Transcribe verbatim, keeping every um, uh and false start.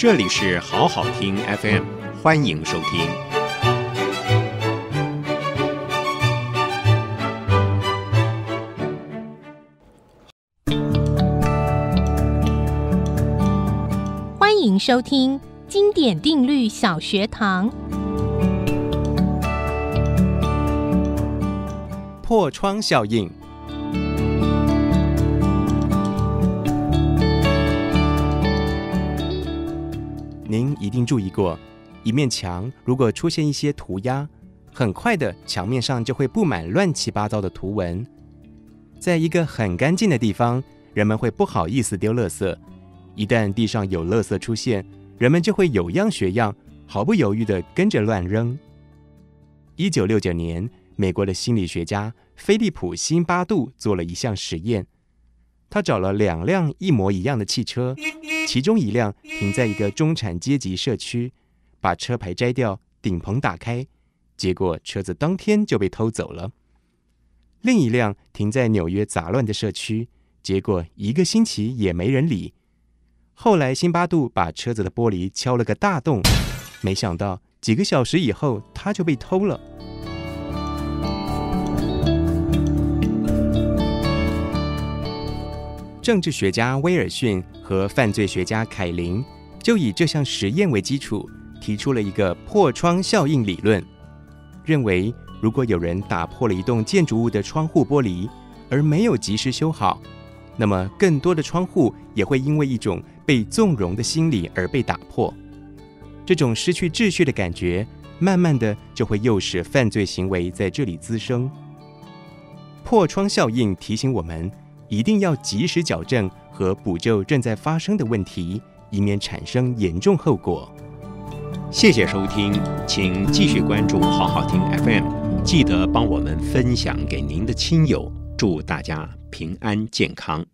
这里是好好听 F M， 欢迎收听。 欢迎收听经典定律小学堂。 破窗效应。您一定注意过，一面墙如果出现一些涂鸦，很快的墙面上就会布满乱七八糟的图文。在一个很干净的地方，人们会不好意思丢垃圾，一旦地上有垃圾出现，人们就会有样学样，毫不犹豫地跟着乱扔。一九六九年，美国的心理学家菲利普·辛巴杜做了一项实验，他找了两辆一模一样的汽车，其中一辆停在一个中产阶级社区，把车牌摘掉，顶棚打开，结果车子当天就被偷走了。另一辆停在纽约杂乱的社区，结果一个星期也没人理。后来辛巴杜把车子的玻璃敲了个大洞，没想到几个小时以后他就被偷了。政治学家威尔逊和犯罪学家凯林就以这项实验为基础，提出了一个破窗效应理论，认为如果有人打破了一栋建筑物的窗户玻璃，而没有及时修好，那么更多的窗户也会因为一种被纵容的心理而被打破。这种失去秩序的感觉，慢慢的就会诱使犯罪行为在这里滋生。破窗效应提醒我们，一定要及时矫正和补救正在发生的问题，以免产生严重后果。 谢谢收听，请继续关注好好听 F M， 记得帮我们分享给您的亲友，祝大家平安健康。